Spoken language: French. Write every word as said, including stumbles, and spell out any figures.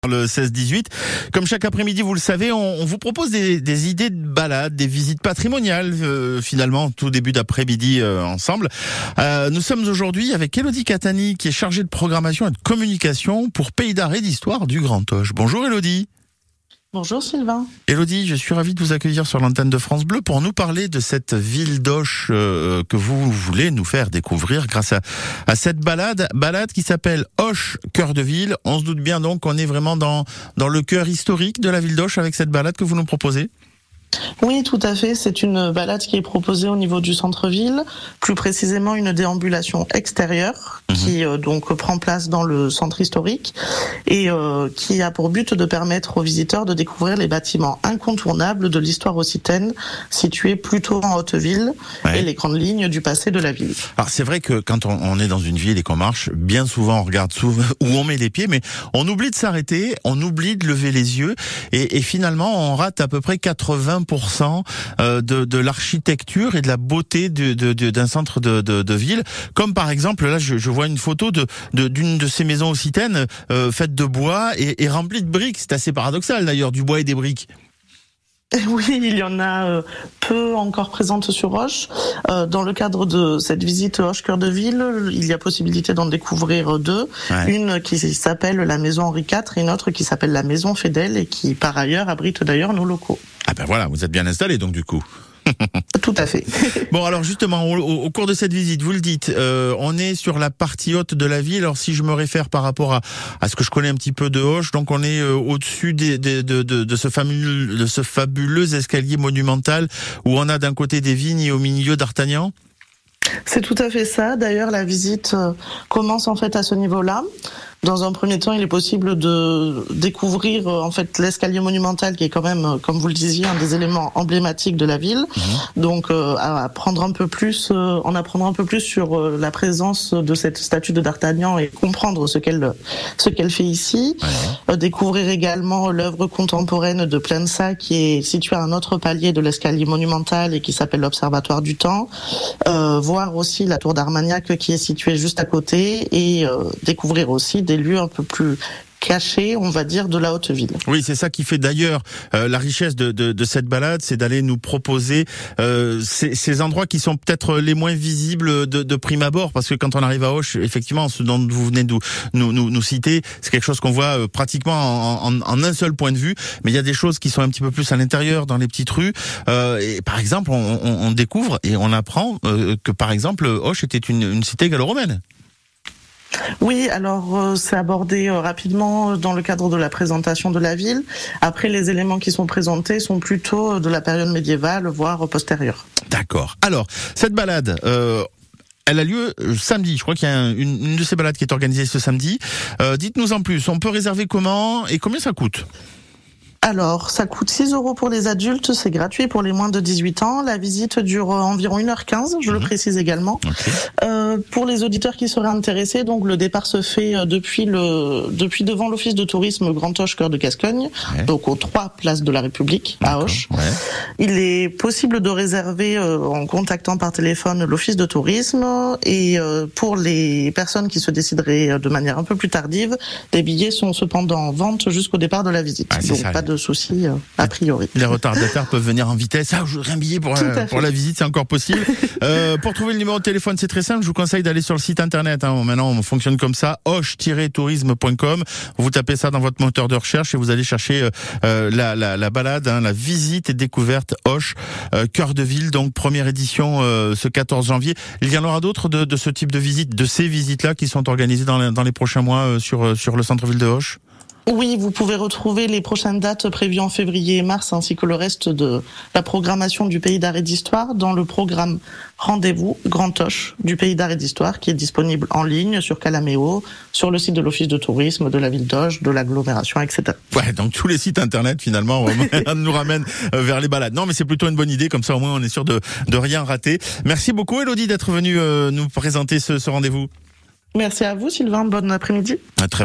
Le seize dix-huit. Comme chaque après-midi, vous le savez, on, on vous propose des, des idées de balades, des visites patrimoniales, euh, finalement, tout début d'après-midi euh, ensemble. Euh, nous sommes aujourd'hui avec Élodie Catani, qui est chargée de programmation et de communication pour Pays d'Art et d'Histoire du Grand Auch. Bonjour Élodie. Bonjour Sylvain. Élodie, je suis ravi de vous accueillir sur l'antenne de France Bleu pour nous parler de cette ville d'Auch euh, que vous voulez nous faire découvrir grâce à, à cette balade, balade qui s'appelle Auch, cœur de ville. On se doute bien donc qu'on est vraiment dans, dans le cœur historique de la ville d'Auch avec cette balade que vous nous proposez. Oui, tout à fait. C'est une balade qui est proposée au niveau du centre-ville, plus précisément une déambulation extérieure mmh. qui euh, donc prend place dans le centre historique et euh, qui a pour but de permettre aux visiteurs de découvrir les bâtiments incontournables de l'histoire occitane situés plutôt en Haute-Ville ouais. et les grandes lignes du passé de la ville. Alors c'est vrai que quand on, on est dans une ville et qu'on marche, bien souvent on regarde souvent où on met les pieds, mais on oublie de s'arrêter, on oublie de lever les yeux et, et finalement on rate à peu près quatre-vingts pour cent de, de l'architecture et de la beauté de, de, de, d'un centre de, de, de ville, comme par exemple là je, je vois une photo de, de d'une de ces maisons occitaines euh, faites de bois et, et remplies de briques. C'est assez paradoxal d'ailleurs, du bois et des briques. Oui, il y en a euh, peu encore présentes sur Auch. Euh, dans le cadre de cette visite Auch Cœur de Ville, il y a possibilité d'en découvrir deux. Ouais. Une qui s'appelle la Maison Henri quatre et une autre qui s'appelle la Maison Fedel et qui par ailleurs abrite d'ailleurs nos locaux. Ah ben voilà, vous êtes bien installé donc du coup. Tout à fait. Bon alors justement, au, au cours de cette visite, vous le dites, euh, on est sur la partie haute de la ville. Alors si je me réfère par rapport à, à ce que je connais un petit peu de Auch, donc on est euh, au-dessus des, des, de, de, de, ce fameux, de ce fabuleux escalier monumental où on a d'un côté des vignes et au milieu d'Artagnan. C'est tout à fait ça. D'ailleurs, la visite commence en fait à ce niveau-là. Dans un premier temps, il est possible de découvrir en fait l'escalier monumental qui est quand même, comme vous le disiez, un des éléments emblématiques de la ville. Mmh. Donc, euh, à apprendre un peu plus, euh, en apprendre un peu plus sur euh, la présence de cette statue de D'Artagnan et comprendre ce qu'elle ce qu'elle fait ici. Mmh. Euh, découvrir également l'œuvre contemporaine de Plensa qui est située à un autre palier de l'escalier monumental et qui s'appelle l'Observatoire du Temps. Euh, voir aussi la tour d'Armagnac qui est située juste à côté et euh, découvrir aussi des lieux un peu plus cachés, on va dire, de la Haute-Ville. Oui, c'est ça qui fait d'ailleurs euh, la richesse de, de, de cette balade, c'est d'aller nous proposer euh, ces, ces endroits qui sont peut-être les moins visibles de, de prime abord, parce que quand on arrive à Auch, effectivement, ce dont vous venez de nous, nous, nous citer, c'est quelque chose qu'on voit euh, pratiquement en, en, en un seul point de vue, mais il y a des choses qui sont un petit peu plus à l'intérieur, dans les petites rues. Euh, et par exemple, on, on, on découvre et on apprend euh, que par exemple, Auch était une, une cité gallo-romaine. Oui, alors euh, c'est abordé euh, rapidement dans le cadre de la présentation de la ville. Après, les éléments qui sont présentés sont plutôt de la période médiévale, voire postérieure. D'accord. Alors, cette balade... Euh Elle a lieu samedi. Je crois qu'il y a une, une de ces balades qui est organisée ce samedi. Euh, dites-nous en plus. On peut réserver comment et combien ça coûte ? Alors, ça coûte six euros pour les adultes, c'est gratuit pour les moins de dix-huit ans. La visite dure environ une heure quinze, je mmh. le précise également. Okay. Euh, pour les auditeurs qui seraient intéressés, donc le départ se fait depuis le depuis devant l'office de tourisme Grand Auch Cœur de Gascogne, ouais. donc aux trois places de la République à Auch. Ouais. Il est possible de réserver euh, en contactant par téléphone l'office de tourisme et euh, pour les personnes qui se décideraient de manière un peu plus tardive, les billets sont cependant en vente jusqu'au départ de la visite. Ah, donc ça, pas de de soucis euh, a priori. Les retardataires peuvent venir en vitesse. Ah, je voudrais un billet pour, euh, pour la visite, c'est encore possible. euh, pour trouver le numéro de téléphone, c'est très simple. Je vous conseille d'aller sur le site internet. Hein. Maintenant, on fonctionne comme ça. auch tiret tourisme point com. Vous tapez ça dans votre moteur de recherche et vous allez chercher euh, la, la, la balade, hein, la visite et découverte Auch, euh, cœur de ville. Donc première édition euh, ce quatorze janvier. Il y en aura d'autres de, de ce type de visites, de ces visites-là qui sont organisées dans les, dans les prochains mois euh, sur sur le centre-ville de Auch. Oui, vous pouvez retrouver les prochaines dates prévues en février et mars, ainsi que le reste de la programmation du Pays d'Art et d'Histoire dans le programme Rendez-vous Grand Auch du Pays d'Art et d'Histoire, qui est disponible en ligne sur Calaméo, sur le site de l'Office de tourisme de la ville d'Auch, de l'agglomération, et cetera. Ouais, donc tous les sites internet finalement nous ramènent vers les balades. Non, mais c'est plutôt une bonne idée, comme ça au moins on est sûr de, de rien rater. Merci beaucoup Élodie d'être venue euh, nous présenter ce, ce rendez-vous. Merci à vous Sylvain, bon après-midi. À très